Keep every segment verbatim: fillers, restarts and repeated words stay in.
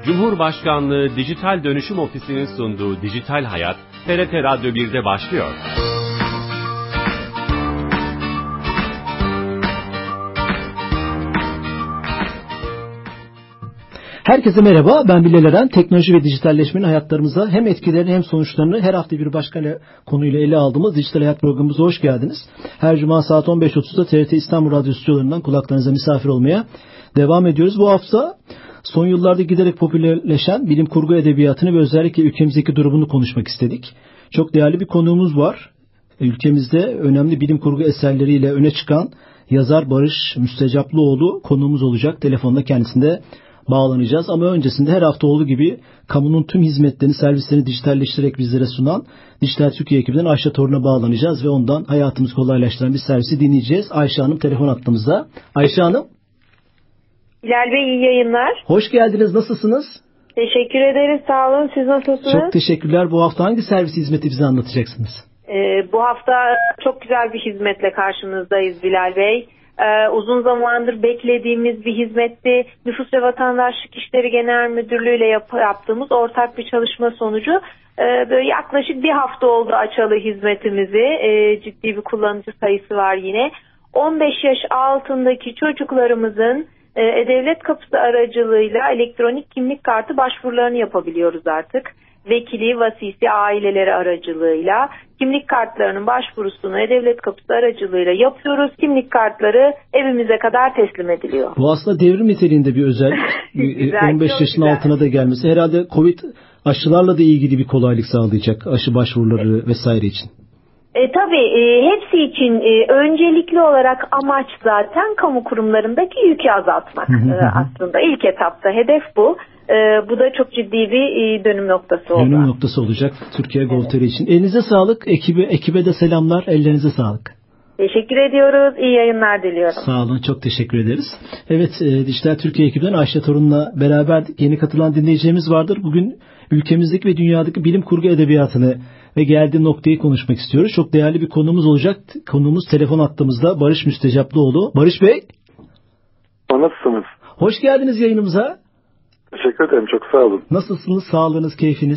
Cumhurbaşkanlığı Dijital Dönüşüm Ofisi'nin sunduğu Dijital Hayat, T R T Radyo bir'de başlıyor. Herkese merhaba, ben Bilal Eren. Teknoloji ve dijitalleşmenin hayatlarımıza hem etkilerini hem sonuçlarını her hafta bir başka konuyla ele aldığımız Dijital Hayat programımıza hoş geldiniz. Her cuma saat on beş otuzda T R T İstanbul Radyo stüdyolarından kulaklarınıza misafir olmaya devam ediyoruz. Bu hafta son yıllarda giderek popülerleşen bilim kurgu edebiyatını ve özellikle ülkemizdeki durumunu konuşmak istedik. Çok değerli bir konuğumuz var. Ülkemizde önemli bilim kurgu eserleriyle öne çıkan yazar Barış Müstecaplıoğlu konuğumuz olacak. Telefonda kendisinde bağlanacağız ama öncesinde her hafta olduğu gibi kamunun tüm hizmetlerini, servislerini dijitalleştirerek bizlere sunan Dijital Türkiye ekibinden Ayşe Torun'a bağlanacağız ve ondan hayatımızı kolaylaştıran bir servisi dinleyeceğiz. Ayşe Hanım telefon attığımızda. Ayşe Hanım. Bilal Bey, iyi yayınlar. Hoş geldiniz. Nasılsınız? Teşekkür ederiz. Sağ olun. Siz nasılsınız? Çok teşekkürler. Bu hafta hangi servis hizmeti bize anlatacaksınız? Ee, bu hafta çok güzel bir hizmetle karşınızdayız Bilal Bey. Ee, uzun zamandır beklediğimiz bir hizmetti. Nüfus ve Vatandaşlık İşleri Genel Müdürlüğü ile yap- yaptığımız ortak bir çalışma sonucu e, böyle yaklaşık bir hafta oldu açalı hizmetimizi. E, ciddi bir kullanıcı sayısı var yine. on beş yaş altındaki çocuklarımızın e, E-Devlet Kapısı aracılığıyla elektronik kimlik kartı başvurularını yapabiliyoruz artık. Vekili, vasisi, aileleri aracılığıyla kimlik kartlarının başvurusunu E-Devlet Kapısı aracılığıyla yapıyoruz. Kimlik kartları evimize kadar teslim ediliyor. Bu aslında devrim niteliğinde bir özellik. Güzel, on beş yaşın güzel. Altına da gelmesi. Herhalde Covid aşılarla da ilgili bir kolaylık sağlayacak. Aşı başvuruları vesaire için. E, tabii e, hepsi için e, öncelikli olarak amaç zaten kamu kurumlarındaki yükü azaltmak e, aslında. İlk etapta hedef bu. E, bu da çok ciddi bir e, dönüm noktası oldu. Dönüm noktası olacak Türkiye evet. Gov.tr için. Elinize sağlık. Ekibe, ekibe de selamlar. Ellerinize sağlık. Teşekkür ediyoruz. İyi yayınlar diliyorum. Sağ olun. Çok teşekkür ederiz. Evet, e, Dijital Türkiye ekibinden Ayşe Torun'la beraber yeni katılan dinleyeceğimiz vardır. Bugün ülkemizdeki ve dünyadaki bilim kurgu edebiyatını ve geldiği noktayı konuşmak istiyoruz. Çok değerli bir konuğumuz olacak. Konuğumuz telefon attığımızda Barış Müstecaplıoğlu. Barış Bey. Nasılsınız? Hoş geldiniz yayınımıza. Teşekkür ederim. Çok sağ olun. Nasılsınız? Sağlığınız, keyfiniz?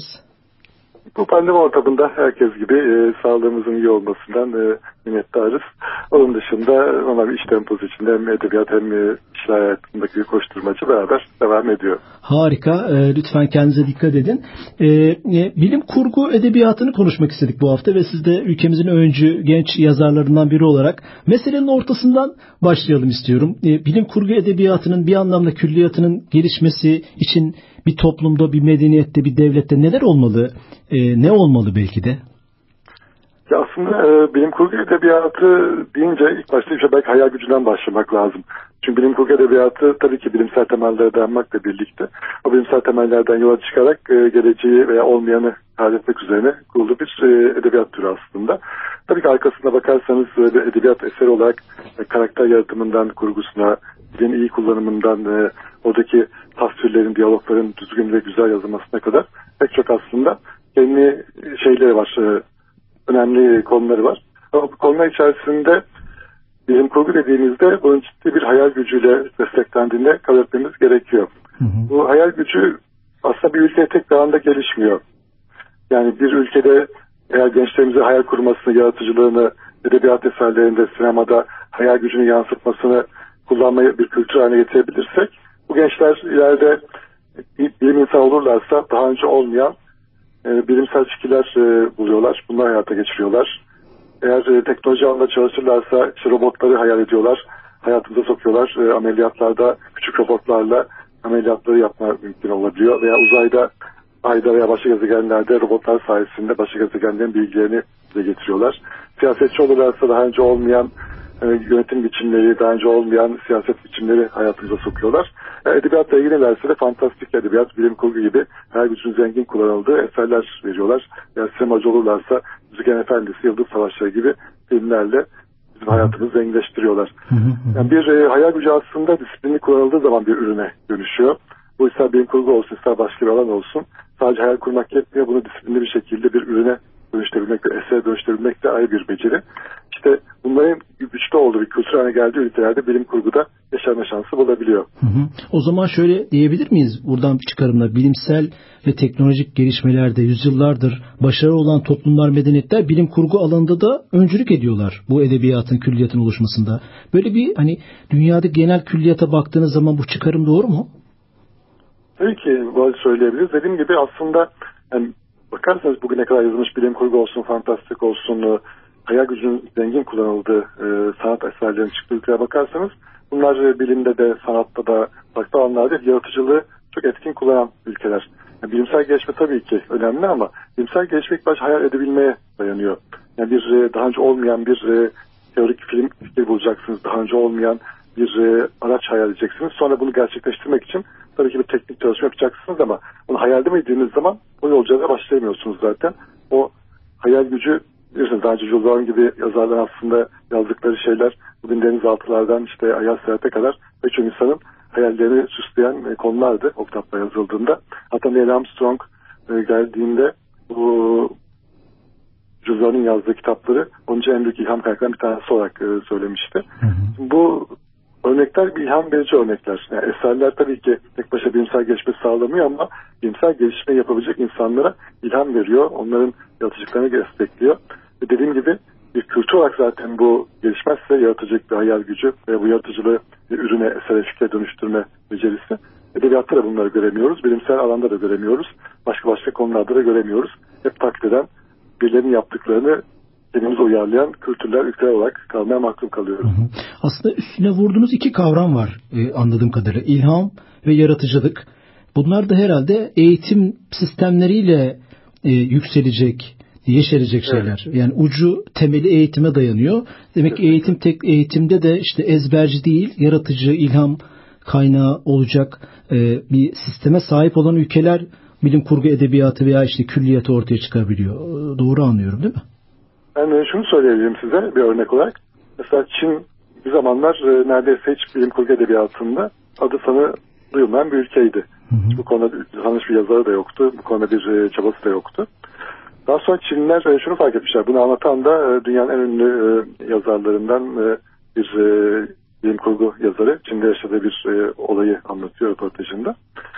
Bu pandemi ortamında herkes gibi e, sağlığımızın iyi olmasından e, minnettarız. Onun dışında ona bir iş temposu içinde hem edebiyat hem e, iş hayatındaki bir koşturmacı beraber devam ediyor. Harika. E, lütfen kendinize dikkat edin. E, e, bilim kurgu edebiyatını konuşmak istedik bu hafta ve siz de ülkemizin öncü genç yazarlarından biri olarak meselenin ortasından başlayalım istiyorum. E, bilim kurgu edebiyatının bir anlamda külliyatının gelişmesi için bir toplumda, bir medeniyette, bir devlette neler olmalı? Ee, ne olmalı belki de? Ya aslında e, bilim kurgu edebiyatı deyince ilk başta işte belki hayal gücünden başlamak lazım. Çünkü bilim kurgu edebiyatı tabii ki bilimsel temellere dayanmakla birlikte o bilimsel temellerden yola çıkarak e, geleceği veya olmayanı tarif etmek üzerine kurulu bir e, edebiyat türü aslında. Tabii ki arkasına bakarsanız e, edebiyat eseri olarak e, karakter yaratımından kurgusuna, dilin iyi kullanımından e, oradaki tasvirlerin, diyalogların düzgün ve güzel yazılmasına kadar pek çok aslında kendi şeyleri var, e, önemli konuları var. Ama bu konular içerisinde bilim kurgu dediğimizde bunun ciddi bir hayal gücüyle desteklendiğinde kabul etmemiz gerekiyor. Hı hı. Bu hayal gücü aslında bir ülkede tek bir anda gelişmiyor. Yani bir ülkede eğer gençlerimize hayal kurmasını, yaratıcılığını, edebiyat eserlerinde, sinemada hayal gücünü yansıtmasını kullanmayı bir kültür haline getirebilirsek, bu gençler ileride bilim insanı olurlarsa daha önce olmayan e, bilimsel fikirler e, buluyorlar. Bunları hayata geçiriyorlar. Eğer e, teknoloji alanında çalışırlarsa işte robotları hayal ediyorlar. Hayatımıza sokuyorlar. E, ameliyatlarda küçük robotlarla ameliyatları yapma mümkün olabiliyor. Veya uzayda, ayda veya başka gezegenlerde robotlar sayesinde başka gezegenlerin bilgilerini bize getiriyorlar. Siyasetçi olurlarsa daha önce olmayan e, yönetim biçimleri, daha önce olmayan siyaset biçimleri hayatımıza sokuyorlar. Yani edebiyatla ilgilenirlerse de fantastik edebiyat, bilim kurgu gibi her gücün zengin kullanıldığı eserler veriyorlar. Yani sinemacı olurlarsa Yüzüklerin Efendisi, Yıldız Savaşları gibi filmlerle bizim hayatımızı zenginleştiriyorlar. Yani bir e, hayal gücü aslında disiplinli kullanıldığı zaman bir ürüne dönüşüyor. Bu ister bilim kurgu olsun, ister başka bir alan olsun. Sadece hayal kurmak yetmiyor. Bunu disiplinli bir şekilde bir ürüne dönüştürebilmek, bir esere dönüştürebilmek de ayrı bir beceri. İşte bunların güçlü olduğu bir kültür haline geldiği ülkelerde bilim kurguda başarma şansı bulabiliyor. Hı hı. O zaman şöyle diyebilir miyiz buradan çıkarımla, bilimsel ve teknolojik gelişmelerde yüzyıllardır başarılı olan toplumlar, medeniyetler bilim kurgu alanında da öncülük ediyorlar bu edebiyatın, külliyatın oluşmasında. Böyle bir hani dünyada genel külliyata baktığınız zaman bu çıkarım doğru mu? Tabii ki böyle söyleyebiliriz. Dediğim gibi aslında yani bakarsanız bugüne kadar yazılmış bilim kurgu olsun, fantastik olsun, hayal gücünün zengin kullanıldığı e, sanat eserlerinin çıktığı ülkeye bakarsanız bunlar e, bilimde de, sanatta da, farklı alanlarda yaratıcılığı çok etkin kullanan ülkeler. Yani bilimsel gelişme tabii ki önemli ama bilimsel gelişme ilk başta hayal edebilmeye dayanıyor. Yani bir e, daha önce olmayan bir e, teorik film fikir bulacaksınız, daha önce olmayan bir e, araç hayal edeceksiniz. Sonra bunu gerçekleştirmek için tabii ki bir teknik çalışma yapacaksınız ama onu hayal edemediğiniz zaman o yolculuğa başlayamıyorsunuz zaten. O hayal gücü, biliyorsunuz daha önce Jules Verne gibi yazarların aslında yazdıkları şeyler bugün denizaltılardan işte Ay'a seyahate kadar birçok insanın hayallerini süsleyen konulardı o kitaplar yazıldığında. Hatta Neil Armstrong e, geldiğinde bu Jules Verne'in yazdığı kitapları onun için en büyük ilham kaynaklarından bir tanesi olarak e, söylemişti. Hı hı. Bu örnekler bir ilham verici örnekler. Yani eserler tabii ki tek başına bilimsel gelişme sağlamıyor ama bilimsel gelişme yapabilecek insanlara ilham veriyor. Onların yaratıcılıklarını destekliyor. Ve dediğim gibi bir kültür olarak zaten bu gelişmezse yaratıcılık bir hayal gücü ve bu yaratıcılığı bir ürüne, esere, fikre dönüştürme becerisi. Edebiyatta da bunları göremiyoruz. Bilimsel alanda da göremiyoruz. Başka başka konularda da göremiyoruz. Hep taklit eden, birilerinin yaptıklarını kendimize uyarlayan kültürler, ülkeler olarak kalmaya mahkum kalıyoruz. Hı hı. Aslında üstüne vurduğunuz iki kavram var e, anladığım kadarıyla. İlham ve yaratıcılık. Bunlar da herhalde eğitim sistemleriyle e, yükselecek, yeşerecek şeyler. Evet. Yani ucu temeli eğitime dayanıyor. Demek ki eğitim tek eğitimde de işte ezberci değil, yaratıcı, ilham kaynağı olacak e, bir sisteme sahip olan ülkeler bilim kurgu edebiyatı veya işte külliyatı ortaya çıkabiliyor. Doğru anlıyorum değil mi? Ben şunu söyleyebilirim size bir örnek olarak. Mesela Çin bir zamanlar e, neredeyse hiç bilim kurgu edebiyatında adı sanı duyulmayan bir ülkeydi. Hı hı. Bu konuda tanış bir yazarı da yoktu. Bu konuda bir e, çabası da yoktu. Daha sonra Çinliler e, şunu fark etmişler. Bunu anlatan da e, dünyanın en ünlü e, yazarlarından e, bir e, bilim kurgu yazarı. Çin'de yaşadığı bir e, olayı anlatıyor röportajında.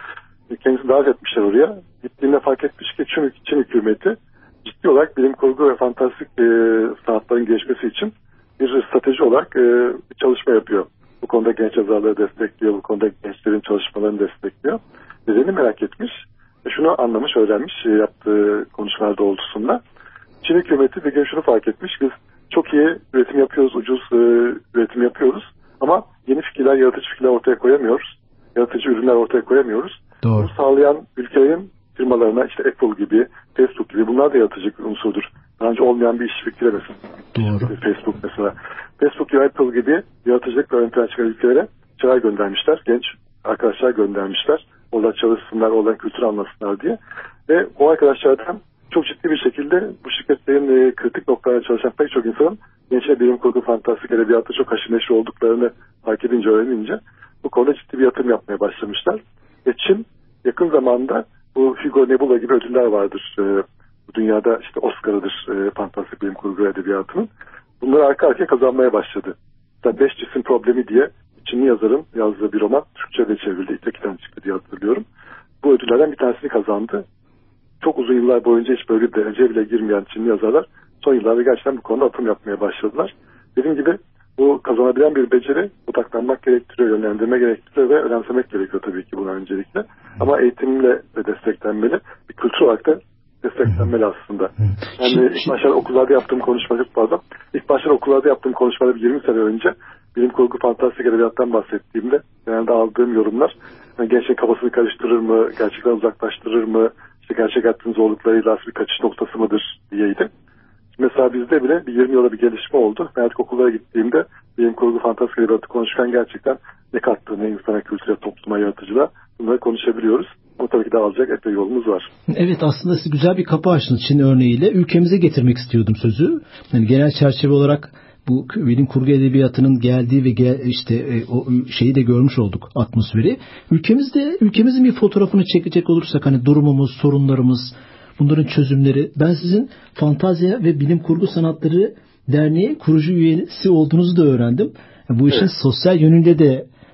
E, kendisini davet etmişler oraya. Gittiğinde fark etmiş ki Çin, Çin hükümeti ciddi olarak bilim kurgu ve fantastik e, sanatların gelişmesi için bir strateji olarak e, bir çalışma yapıyor. Bu konuda genç yazarları destekliyor, bu konuda gençlerin çalışmalarını destekliyor. Nedenini merak etmiş ve şunu anlamış, öğrenmiş e, yaptığı konuşmalar doğrultusunda. Çin hükümeti bir gün şunu fark etmiş, biz çok iyi üretim yapıyoruz, ucuz e, üretim yapıyoruz ama yeni fikirler, yaratıcı fikirler ortaya koyamıyoruz. Yaratıcı ürünler ortaya koyamıyoruz. Doğru. Bunu sağlayan ülkelerin firmalarına işte Apple gibi, Facebook gibi bunlar da yaratıcı unsurdur. Daha önce olmayan bir iş fikri mesela. Doğru. Facebook mesela. Facebook gibi, Apple gibi yaratıcılıkla ön plana çıkan ülkelere çağrı göndermişler. Genç arkadaşlar göndermişler. Orada çalışsınlar, oradan kültür anlasınlar diye. Ve o arkadaşlardan çok ciddi bir şekilde bu şirketlerin e, kritik noktalarına çalışan pek çok insanın gençler bilim kurgu, fantastik edebiyatta çok haşır neşir olduklarını fark edince, öğrenince bu konuda ciddi bir yatırım yapmaya başlamışlar. Ve Çin yakın zamanda bu Hugo Nebula gibi ödüller vardır. E, dünyada işte Oscar'ıdır e, fantastik bilim kurgu edebiyatının. Bunları arka arkaya kazanmaya başladı. Mesela Beş Cisim Problemi diye Çinli yazarın yazdığı bir roman Türkçe'de çevrildi. İlk iki tane çıktı diye hatırlıyorum. Bu ödüllerden bir tanesini kazandı. Çok uzun yıllar boyunca hiç böyle bir dereceye bile girmeyen Çinli yazarlar son yıllarda gerçekten bu konuda atım yapmaya başladılar. Dediğim gibi bu kazanabilen bir beceri, odaklanmak gerektiriyor, yönlendirme gerektiriyor ve önemsemek gerekiyor tabii ki buna öncelikle. Ama eğitimle de desteklenmeli. Bir kültür olarak da desteklenmeli aslında. Yani ilk başta okullarda yaptığım konuşma çok fazla. İlk başta okullarda yaptığım konuşmada bir yirmi sene önce bilim kurgu fantastik edebiyattan bahsettiğimde genelde aldığım yorumlar yani gençlerin kafasını karıştırır mı, gerçekten uzaklaştırır mı, işte gerçek hayatın zorluklarıyla bir kaçış noktası mıdır diyeydi. Mesela bizde bile bir yirmi yılda bir gelişme oldu. Ben artık okullara gittiğimde bilim kurgu fantastik edebiyatı konuşurken gerçekten ne kattığını insana, kültüre, topluma, yaratıcılığa bunları konuşabiliyoruz. Ama tabii ki de alacak epey yolumuz var. Evet, aslında siz güzel bir kapı açtınız Çin örneğiyle. Ülkemize getirmek istiyordum sözü. Yani genel çerçeve olarak bu bilim kurgu edebiyatının geldiği ve gel, işte e, o şeyi de görmüş olduk, atmosferi. Ülkemizde ülkemizin bir fotoğrafını çekecek olursak hani durumumuz, sorunlarımız, bunların çözümleri. Ben sizin Fantazya ve Bilim Kurgu Sanatları Derneği kurucu üyesi olduğunuzu da öğrendim. Bu işin evet. sosyal yönünde de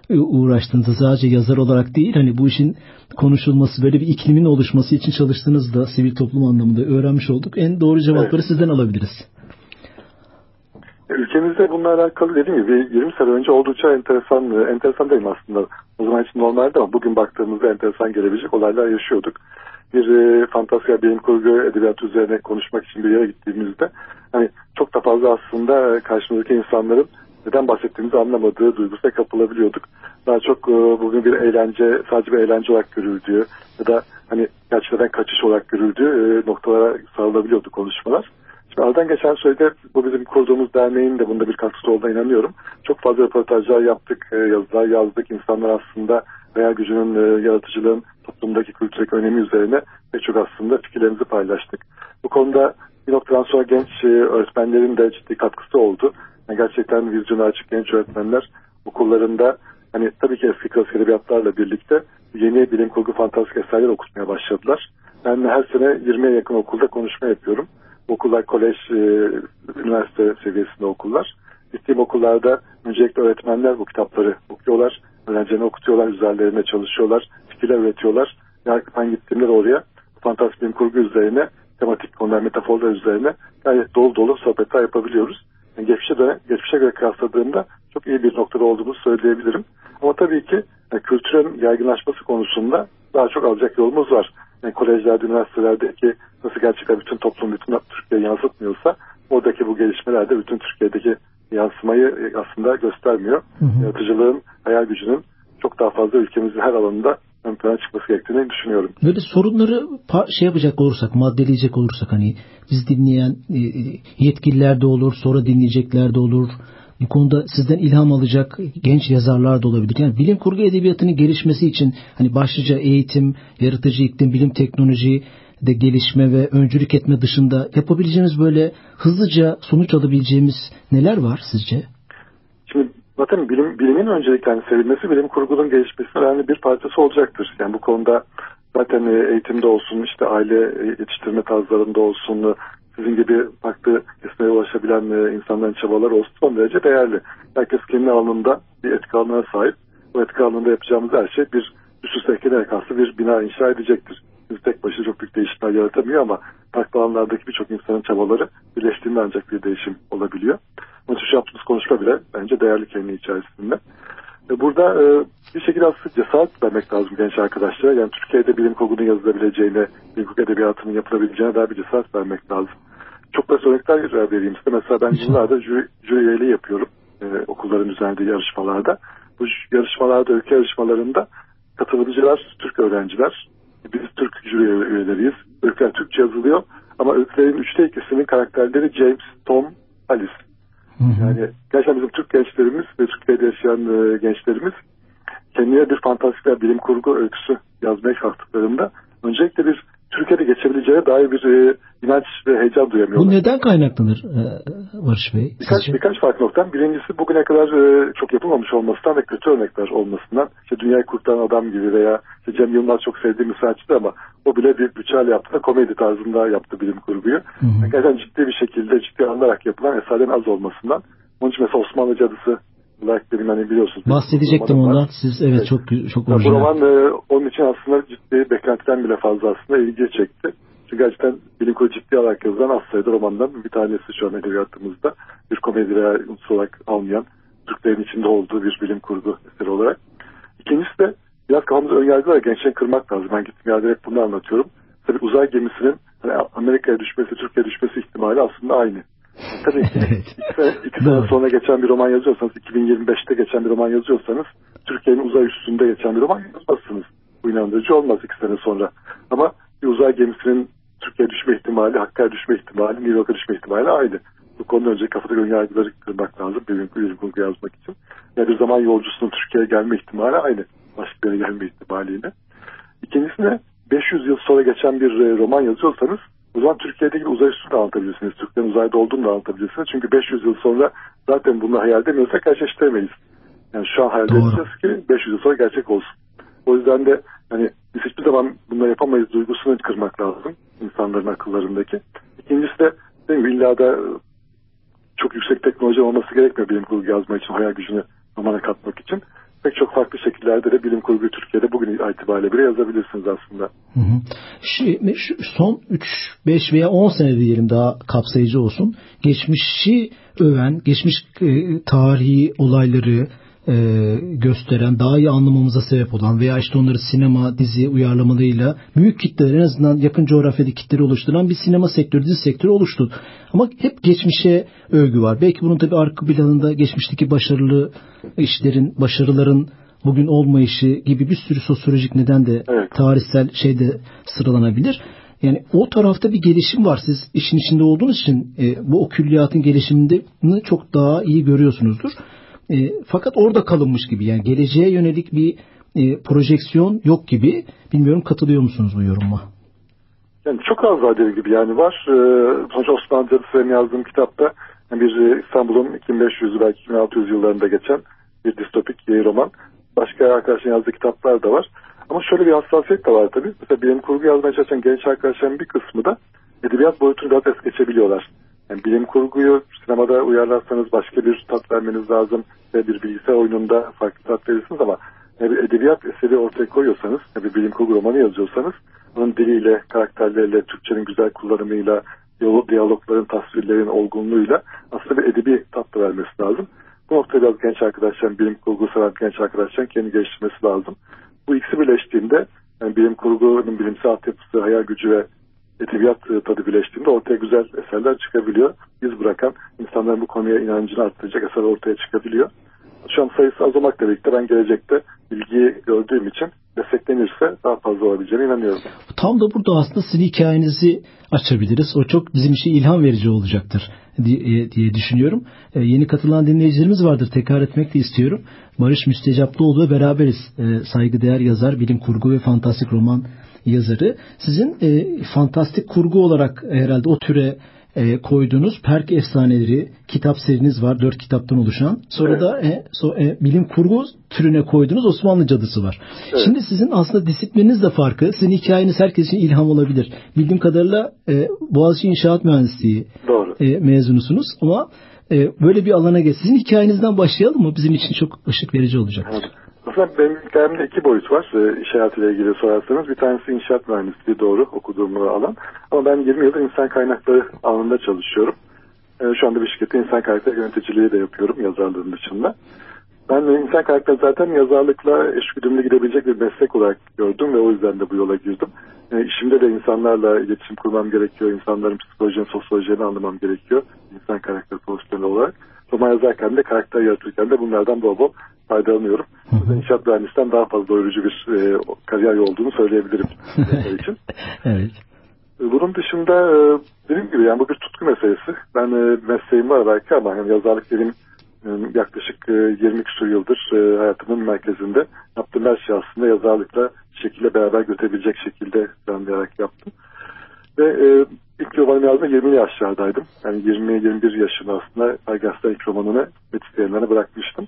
uğraştığınızda sadece yazar olarak değil, hani bu işin konuşulması, böyle bir iklimin oluşması için çalıştığınızı da sivil toplum anlamında öğrenmiş olduk. En doğru cevapları evet. sizden alabiliriz. Ülkemizde bununla alakalı dediğim gibi yirmi sene önce oldukça enteresan, enteresan değil aslında. O zaman için normaldi ama bugün baktığımızda enteresan gelebilecek olaylar yaşıyorduk. Bir e, fantastik bilim kurgu edebiyatı üzerine konuşmak için bir yere gittiğimizde hani çok da fazla aslında karşımızdaki insanların neden bahsettiğimizi anlamadığı duygusuna kapılabiliyorduk. Daha çok e, bugün bir eğlence, sadece bir eğlence olarak görüldüğü ya da hani gerçekten kaçış olarak görüldüğü e, noktalara sarılabiliyordu konuşmalar. Şimdi aradan geçen sürede bu bizim kurduğumuz derneğin de bunda bir katkısı olduğuna inanıyorum. Çok fazla röportajlar yaptık, e, yazılar yazdık. İnsanlar aslında hayal gücünün, e, yaratıcılığın toplumdaki kültürdeki önemi üzerine pek çok aslında fikirlerimizi paylaştık. Bu konuda bir noktadan sonra genç e, öğretmenlerin de ciddi katkısı oldu. Yani gerçekten vizyonu açık genç öğretmenler okullarında hani tabii ki eski klasik edebiyatlarla birlikte yeni bilim kurgu fantastik eserler okutmaya başladılar. Ben her sene yirmiye yakın okulda konuşma yapıyorum. Okullar, kolej, e, üniversite seviyesinde okullar. Gittiğim okullarda öncelikle öğretmenler bu kitapları okuyorlar, öğrencilerine okutuyorlar, üzerlerine çalışıyorlar, fikirler üretiyorlar. Yani ben gittiğimde oraya fantastik bilim kurgu üzerine, tematik konular, metaforlar üzerine gayet dolu dolu sohbetler yapabiliyoruz. Yani geçmişe, de, geçmişe göre kıyasladığımda çok iyi bir noktada olduğumuzu söyleyebilirim. Ama tabii ki yani kültürün yaygınlaşması konusunda daha çok alacak yolumuz var. Yani kolejlerde, üniversitelerdeki nasıl gerçekten bütün toplum, bütün Türkiye'yi yansıtmıyorsa oradaki bu gelişmeler de bütün Türkiye'deki yansımayı aslında göstermiyor. Hı hı. Yaratıcılığın, hayal gücünün çok daha fazla ülkemizin her alanında ön plana çıkması gerektiğini düşünüyorum. Böyle sorunları şey yapacak olursak, maddeleyecek olursak hani biz dinleyen yetkililer de olur, sonra dinleyecekler de olur. Bu konuda sizden ilham alacak genç yazarlar da olabilir. Yani bilim kurgu edebiyatının gelişmesi için hani başlıca eğitim, yaratıcı iklim, bilim teknoloji de gelişme ve öncülük etme dışında yapabileceğimiz böyle hızlıca sonuç alabileceğimiz neler var sizce? Şimdi zaten bilim, bilimin öncelikle yani sevilmesi bilim kurgunun gelişmesinin önemli bir parçası olacaktır. Yani bu konuda zaten eğitimde olsun, işte aile yetiştirme tarzlarında olsun, sizin gibi farklı kesmeye ulaşabilen insanların çabaları olsun son derece değerli. Herkes kendi alanında bir etki alanına sahip. Bu etki alanında yapacağımız her şey bir üst üste eklenerek aslında bir bina inşa edecektir. Biz tek başına çok büyük değişimler yaratamıyor ama farklı alanlardaki birçok insanın çabaları birleştiğinde ancak bir değişim olabiliyor. Onun için şu yaptığımız konuşma bile bence değerli kendi içerisinde. Burada bir şekilde aslında cesaret vermek lazım genç arkadaşlara. Yani Türkiye'de bilim kurgunun yazılabileceğine, bilim kurgu edebiyatının yapılabileceğine daha bir cesaret vermek lazım. Çok basit örnekler vereyim size. Mesela ben yıllardır jüri, jüri üyeliği yapıyorum e, okulların düzenlediği yarışmalarda. Bu yarışmalarda, ülke yarışmalarında katılımcılar Türk öğrenciler. Biz Türk jüri üyeleriyiz. Öyküler Türkçe yazılıyor ama öykülerin üçte ikisinin karakterleri James, Tom, Alice. Hı hı. Yani gerçekten bizim Türk gençlerimiz ve Türkiye'de yaşayan e, gençlerimiz kendine bir fantastik bilim kurgu öyküsü yazmaya kalktıklarında öncelikle bir Türkiye'de geçebileceğine dair bir e, inanç ve heyecan duyamıyorlar. Bu neden kaynaklanır e, Barış Bey? Birkaç, birkaç farklı noktadan. Birincisi bugüne kadar e, çok yapılmamış olmasından ve kötü örnekler olmasından. İşte Dünyayı Kurtaran Adam gibi veya işte Cem Yılmaz çok sevdiğim bir sanatçıydı ama o bile bir bütçeyle yaptı da komedi tarzında yaptı bilim kurguyu. Hı hı. Yani gerçekten ciddi bir şekilde ciddi alınarak yapılan eserlerin az olmasından. Onun için mesela Osmanlı Cadısı olarak benim hani biliyorsunuz. Bahsedecektim ondan. Siz evet, evet. çok çok orijinal. Bu roman e, onun için aslında ciddi beklentiden bile fazla aslında ilgi çekti. Çünkü gerçekten bilim kurgu ciddi olarak yazılan az sayıda romandan bir tanesi şu an edebiyatımızda. Bir komedi veya unsur olarak almayan, Türklerin içinde olduğu bir bilim kurgu eseri olarak. İkincisi de biraz kafamızda önyargılar gençleri kırmak lazım. Ben gittim yerde hep bunu anlatıyorum. Tabii uzay gemisinin hani Amerika'ya düşmesi, Türkiye'ye düşmesi ihtimali aslında aynı. Tabii ki evet. iki sene, iki sene sonra geçen bir roman yazıyorsanız, iki bin yirmi beşte geçen bir roman yazıyorsanız Türkiye'nin uzay üstünde geçen bir roman yazmazsınız. Bu inandırıcı olmaz iki sene sonra. Ama bir uzay gemisinin Türkiye'ye düşme ihtimali, Hakkari'ye düşme ihtimali, New York'a düşme ihtimali aynı. Bu konuda önce kafada önyargıları kırmak lazım bilim kurgu yazmak için. Yani bir zaman yolcusunun Türkiye'ye gelme ihtimali aynı. Başka bir yere gelme ihtimaliyle. İkincisi de beş yüz yıl sonra geçen bir roman yazıyorsanız o zaman Türkiye'deki uzay üstünü de anlatabilirsiniz. Türklerin uzayda olduğunu da anlatabilirsiniz. Çünkü beş yüz yıl sonra zaten bunu hayal edemiyorsak gerçekleştiremeyiz. Yani şu an hayal edeceğiz ki beş yüz yıl sonra gerçek olsun. O yüzden de hani biz hiçbir zaman bunları yapamayız duygusunu kırmak lazım insanların akıllarındaki. İkincisi de değil mi, illa da çok yüksek teknoloji olması gerekmiyor bilim kurgu yazmak için, hayal gücünü romana katmak için. pek çok farklı şekillerde de bilim kurgu Türkiye'de bugün itibariyle bile yazabilirsiniz aslında. Hı hı. Şu, şu son üç, beş veya on sene diyelim, daha kapsayıcı olsun. Geçmişi öven, geçmiş e, tarihi olayları e, gösteren, daha iyi anlamamıza sebep olan veya işte onları sinema, dizi uyarlamalarıyla büyük kitleler, en azından yakın coğrafyadaki kitleri oluşturan bir sinema sektörü, dizi sektörü oluştu. Ama hep geçmişe övgü var. Belki bunun tabii arka planında geçmişteki başarılı işlerin, başarıların bugün olmayışı gibi bir sürü sosyolojik neden de, evet, tarihsel şey de sıralanabilir. Yani o tarafta bir gelişim var. Siz işin içinde olduğunuz için e, bu o külliyatın gelişimini çok daha iyi görüyorsunuzdur. E, fakat orada kalınmış gibi, yani geleceğe yönelik bir e, projeksiyon yok gibi. Bilmiyorum, katılıyor musunuz bu yoruma? Yani çok az var dediğim gibi, yani var. Ee, sonuçta Osmanlı Cadısı benim yazdığım kitapta yani bir İstanbul'un iki bin beş yüz belki iki bin altı yüz yıllarında geçen bir distopik roman. Başka arkadaşların yazdığı kitaplar da var. Ama şöyle bir hassasiyet de var tabii. Mesela bilim kurgu yazmaya çalışan genç arkadaşların bir kısmı da edebiyat boyutunu biraz es geçebiliyorlar. Yani bilim kurguyu sinemada uyarlarsanız başka bir tat vermeniz lazım ve bir bilgisayar oyununda farklı tat verirsiniz, ama yani bir edebiyat eseri ortaya koyuyorsanız, yani bir bilim kurgu romanı yazıyorsanız, onun diliyle, karakterleriyle, Türkçenin güzel kullanımıyla, diyalogların, tasvirlerin olgunluğuyla aslında bir edebi tat da vermesi lazım. Bu noktada biraz genç arkadaşların, bilim kurgu seven genç arkadaşların kendi geliştirmesi lazım. Bu ikisi birleştiğinde, yani bilim kurgunun bilimsel altyapısı, hayal gücü ve edebiyat tadı birleştiğinde ortaya güzel eserler çıkabiliyor. İz bırakan, insanların bu konuya inancını arttıracak eser ortaya çıkabiliyor. Şu an sayısı az olmakla birlikte ben gelecekte ilgiyi gördüğüm için desteklenirse daha fazla olabileceğine inanıyorum. Tam da burada aslında sizin hikayenizi açabiliriz. O çok bizim için ilham verici olacaktır diye, diye düşünüyorum. Ee, yeni katılan dinleyicilerimiz vardır. Tekrar etmek de istiyorum. Barış Müstecaplıoğlu beraberiz. Ee, saygıdeğer yazar, bilim kurgu ve fantastik roman yazarı. Sizin e, fantastik kurgu olarak herhalde o türe e, koyduğunuz Perk Efsaneleri kitap seriniz var. Dört kitaptan oluşan. Sonra evet. da e, so, e, bilim kurgu türüne koyduğunuz Osmanlı Cadısı var. Evet. Şimdi sizin aslında disiplininiz de farklı. Sizin hikayeniz herkes için ilham olabilir. Bildiğim kadarıyla e, Boğaziçi İnşaat Mühendisliği e, mezunusunuz ama e, böyle bir alana geç. Sizin hikayenizden başlayalım mı? Bizim için çok ışık verici olacak. Evet. Aslında benim hikayemde iki boyut var. E, iş hayatıyla ilgili sorarsanız. Bir tanesi inşaat mühendisliği, doğru, okuduğum alan. Ama ben yirmi yıldır insan kaynakları alanında çalışıyorum. E, şu anda bir şirkette insan kaynakları yöneticiliği de yapıyorum yazarlığın dışında. Ben insan kaynakları zaten yazarlıkla eşgüdümlü gidebilecek bir meslek olarak gördüm ve o yüzden de bu yola girdim. E, işimde de insanlarla iletişim kurmam gerekiyor. İnsanların psikolojisini, sosyolojisini anlamam gerekiyor. İnsan kaynakları profesyoneli olarak. Roman yazarken de, karakter yaratırken de bunlardan bol bol faydalanıyorum. Hı. İnşaat mühendisinden daha fazla doyurucu bir e, kariyer olduğunu söyleyebilirim için. Evet. Bunun dışında e, dediğim gibi yani bu bir tutku meselesi. Ben e, mesleğim var belki ama yani yazarlık benim e, yaklaşık e, yirmi küsur yıldır e, hayatımın merkezinde. Yaptığım her şey aslında yazarlıkla şekilde beraber götürebilecek şekilde planlayarak yaptım. Ve e, ilk romanımı yazdığımda yirmili yaşlardaydım. Yani yirmi yirmi bir yaşında aslında Ergas'ta ilk romanını Metis Yayınları'na bırakmıştım.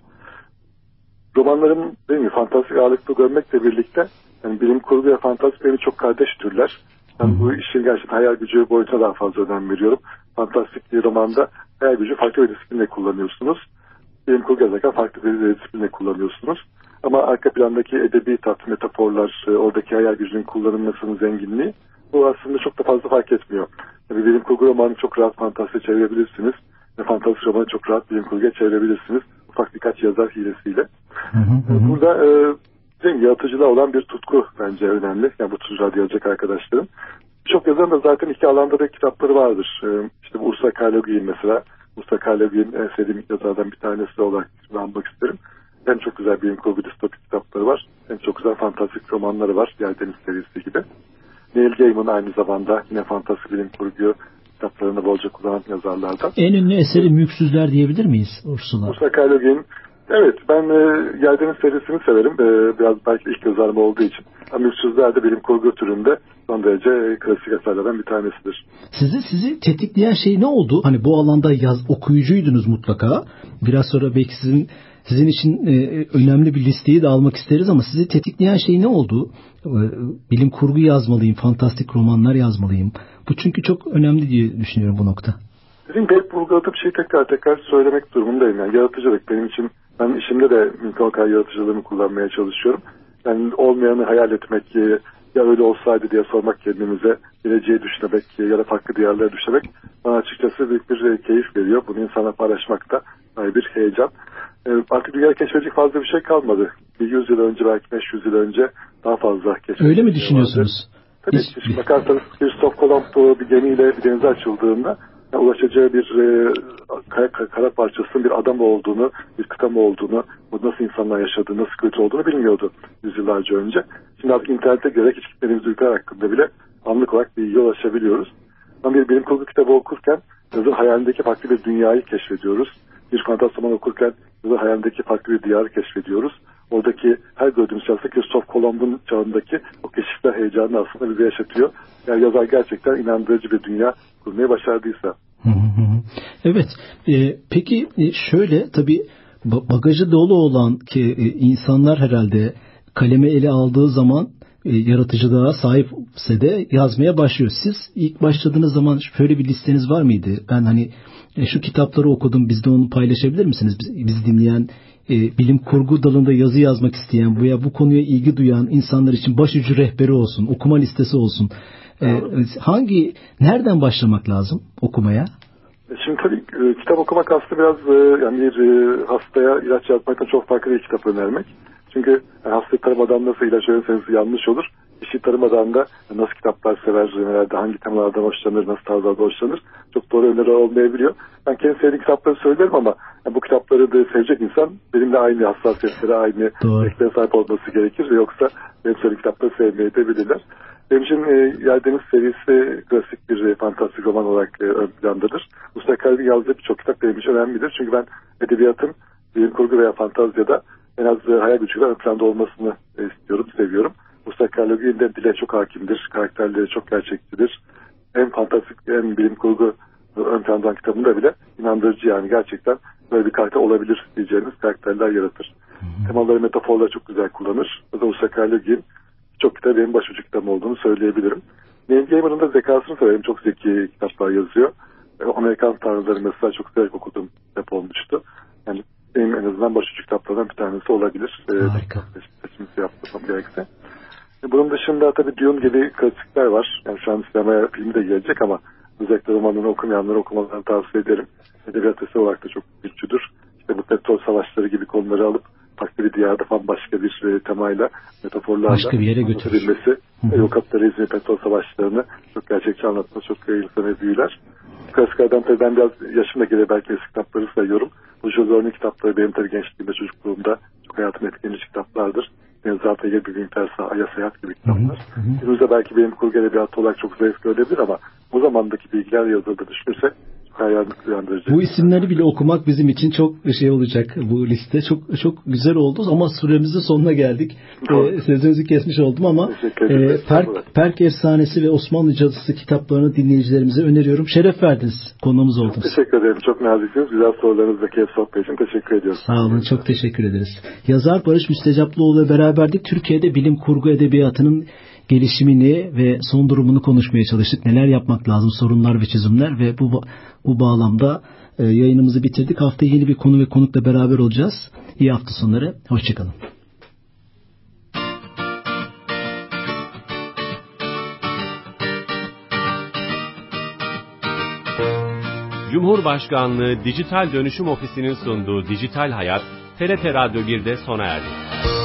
Romanlarım değil mi, fantastik ağırlıklı görmekle birlikte yani bilim kurgu ve fantastik benim çok kardeş türler. Ben bu işin gerçekten hayal gücü boyutuna daha fazla önem veriyorum. Fantastik bir romanda hayal gücü farklı bir disiplinle kullanıyorsunuz. Bilim kurgu yazarken farklı bir disiplinle kullanıyorsunuz. Ama arka plandaki edebi tat, metaforlar, oradaki hayal gücünün kullanılmasının zenginliği bu aslında çok da fazla fark etmiyor. Yani bilim kurgu romanı çok rahat fantastiğe çevirebilirsiniz. Ve fantastik romanı çok rahat bilim kurguya çevirebilirsiniz. Ufak birkaç yazar hilesiyle. Hı hı hı. Burada e, yaratıcılığa olan bir tutku bence önemli. Yani bu tür radyolojik arkadaşlarım. Birçok yazarın da zaten iki alanda da kitapları vardır. E, işte bu Ursa Karlogin mesela. Ursa Karlogin en sevdiğim yazardan bir tanesi olarak anmak isterim. Hem çok güzel bilim kurgu distopik kitapları var. Hem çok güzel fantastik romanları var. Yerdeniz serisi gibi. Neil Gaiman aynı zamanda yine fantastik bilim kurgu kitaplarını bolca kullanan yazarlardan. En ünlü eseri Mülksüzler diyebilir miyiz Ursula? Ursa Karlogin. Evet, ben e, Yerdeniz serisini severim. E, biraz belki ilk yazarım olduğu için. Ama Mülksüzler de bilim kurgu türünde son derece e, klasik eserlerden bir tanesidir. Sizi sizi tetikleyen şey ne oldu? Hani bu alanda yaz okuyucuydunuz mutlaka. Biraz sonra belki sizin sizin için e, önemli bir listeyi de almak isteriz ama sizi tetikleyen şey ne oldu? E, bilim kurgu yazmalıyım, fantastik romanlar yazmalıyım. Bu çünkü çok önemli diye düşünüyorum bu nokta. Dediğim gibi hep vurguladığım şeyi tekrar tekrar söylemek durumundayım. Yani yaratıcılık benim için Ben işimde de mümkün kadar yaratıcılığımı kullanmaya çalışıyorum. Yani olmayanı hayal etmek, ya öyle olsaydı diye sormak kendimize, geleceği düşünmek ya da farklı diyarlara düşünmek bana açıkçası büyük bir keyif veriyor. Bunu insanla paylaşmak da bir heyecan. Artık dünyayı keşfedecek fazla bir şey kalmadı. Bir yüz yıl önce, belki beş yüz yıl önce daha fazla keşfedecek. Öyle mi düşünüyorsunuz? Tabii ki. Şimdi bakarsanız Christoph Kolomb bir gemiyle bir denize açıldığında yani ulaşacağı bir e, kara, kara parçasının bir adam olduğunu, bir kıta mı olduğunu, bu nasıl insanlar yaşadığını, nasıl kötü olduğunu bilmiyordu yüzyıllarca önce. Şimdi artık internete gerek hiç gitmediğimiz ülkeler hakkında bile anlık olarak bir yol açabiliyoruz. Ama bir bilim kurgu kitabı okurken yazar hayalindeki farklı bir dünyayı keşfediyoruz. Bir fantastik roman okurken yazar hayalindeki farklı bir diyarı keşfediyoruz. Oradaki her gördüğümüz şahsı Christoph Kolomb'un çağındaki o keşifler heyecanını aslında bize yaşatıyor. Yani yazar gerçekten inandırıcı bir dünya kurmayı başardıysa. Evet. Ee, peki şöyle tabii bagajı dolu olan ki insanlar herhalde kaleme ele aldığı zaman e, yaratıcılığa sahipse de yazmaya başlıyor. Siz ilk başladığınız zaman şöyle bir listeniz var mıydı? Ben hani e, şu kitapları okudum, bizde onu paylaşabilir misiniz? Biz, bizi dinleyen e, bilim kurgu dalında yazı yazmak isteyen veya bu konuya ilgi duyan insanlar için başucu rehberi olsun, okuma listesi olsun. E, hangi, nereden başlamak lazım okumaya? Şimdi tabii e, kitap okumak aslında biraz e, yani bir e, hastaya ilaç yazmaktan çok farklı bir kitap önermek. Çünkü yani hastayı tanımadan nasıl ilaç verirseniz yanlış olur. Kişiyi tanımadan da nasıl kitaplar sever, nelerde, hangi temalardan hoşlanır, nasıl tarzlarda hoşlanır çok doğru öneri olmayabiliyor. Ben kendi sevdiğim kitapları söylerim ama yani bu kitapları da sevecek insan benimle aynı hassasiyetlere, aynı zevklere sahip olması gerekir ve yoksa benim söylediğim kitapları sevmeyi de bilirler. Benim için e, Yerdeniz serisi klasik bir e, fantastik roman olarak e, ön plandadır. Mustafa Kemal'in yazdığı birçok kitap benim için önemlidir. Çünkü ben edebiyatın bilim kurgu veya fantazyada en az e, hayal gücüyle ön planda olmasını e, istiyorum, seviyorum. Mustafa Kemal'in de dile çok hakimdir, karakterleri çok gerçekçidir. Hem fantastik hem bilim kurgu ön planda kitabında bile inandırıcı, yani gerçekten böyle bir karakter olabilir diyeceğiniz karakterler yaratır. Hmm. Temaları, metaforları çok güzel kullanır. O da Mustafa Kemal'in çok kitap benim başucu kitabım olduğunu söyleyebilirim. Neil Gaiman'ın da zekasını severim. Çok zeki kitaplar yazıyor. Amerikan Tanrıları mesela çok severek okuduğum kitap olmuştu. Yani benim en azından başucu kitaplardan bir tanesi olabilir. Harika. Seçimisi yapmam gerekse. Bunun dışında tabii Dune gibi klasikler var. Yani şu an sinemaya filmi de gelecek ama özellikle romanını okumayanları okumalarını tavsiye ederim. Edebiyat eseri olarak da çok güçlüdür. İşte bu petrol savaşları gibi konuları alıp farklı bir diyarda falan başka bir e, temayla, metaforlarla başka bir yere götürülmesi. O kapitalizmi, petrol savaşlarını çok gerçekçi anlatması çok insanı büyüler. Klasiklerden tabii ben biraz yaşımda gelir belki eski kitapları sayıyorum. Bu Jules Verne'in kitapları benim tabii gençliğimde, çocukluğumda çok hayatımı etkileyici kitaplardır. Yani zaten Yer Bir Gün Tersa, Ay'a Seyahat gibi kitaplar. Günümüzde belki benim kurgu edebiyatı olarak çok zayıf görebilir ama o zamandaki bilgiler yazıda düşünürsek hayal uyandırıcı. Bu isimleri bile okumak bizim için çok şey olacak bu liste. Çok çok güzel oldu ama süremizin sonuna geldik. Ee, sözünüzü kesmiş oldum ama e, Perk, Perk Efsanesi ve Osmanlı Cadısı kitaplarını dinleyicilerimize öneriyorum. Şeref verdiniz. Konuğumuz oldunuz. Çok teşekkür ederim. Çok naziksiniz. Güzel sorularınızla keyif sohbet için teşekkür ediyorum. Sağ olun. Çok teşekkür ederiz. Yazar Barış Müstecaplıoğlu ile beraberdik. Türkiye'de bilim kurgu edebiyatının gelişimini ve son durumunu konuşmaya çalıştık. Neler yapmak lazım, sorunlar ve çözümler ve bu bu bağlamda e, yayınımızı bitirdik. Haftaya yeni bir konu ve konukla beraber olacağız. İyi hafta sonları. Hoşçakalın. Cumhurbaşkanlığı Dijital Dönüşüm Ofisi'nin sunduğu Dijital Hayat, T R T Radyo bir'de sona erdi.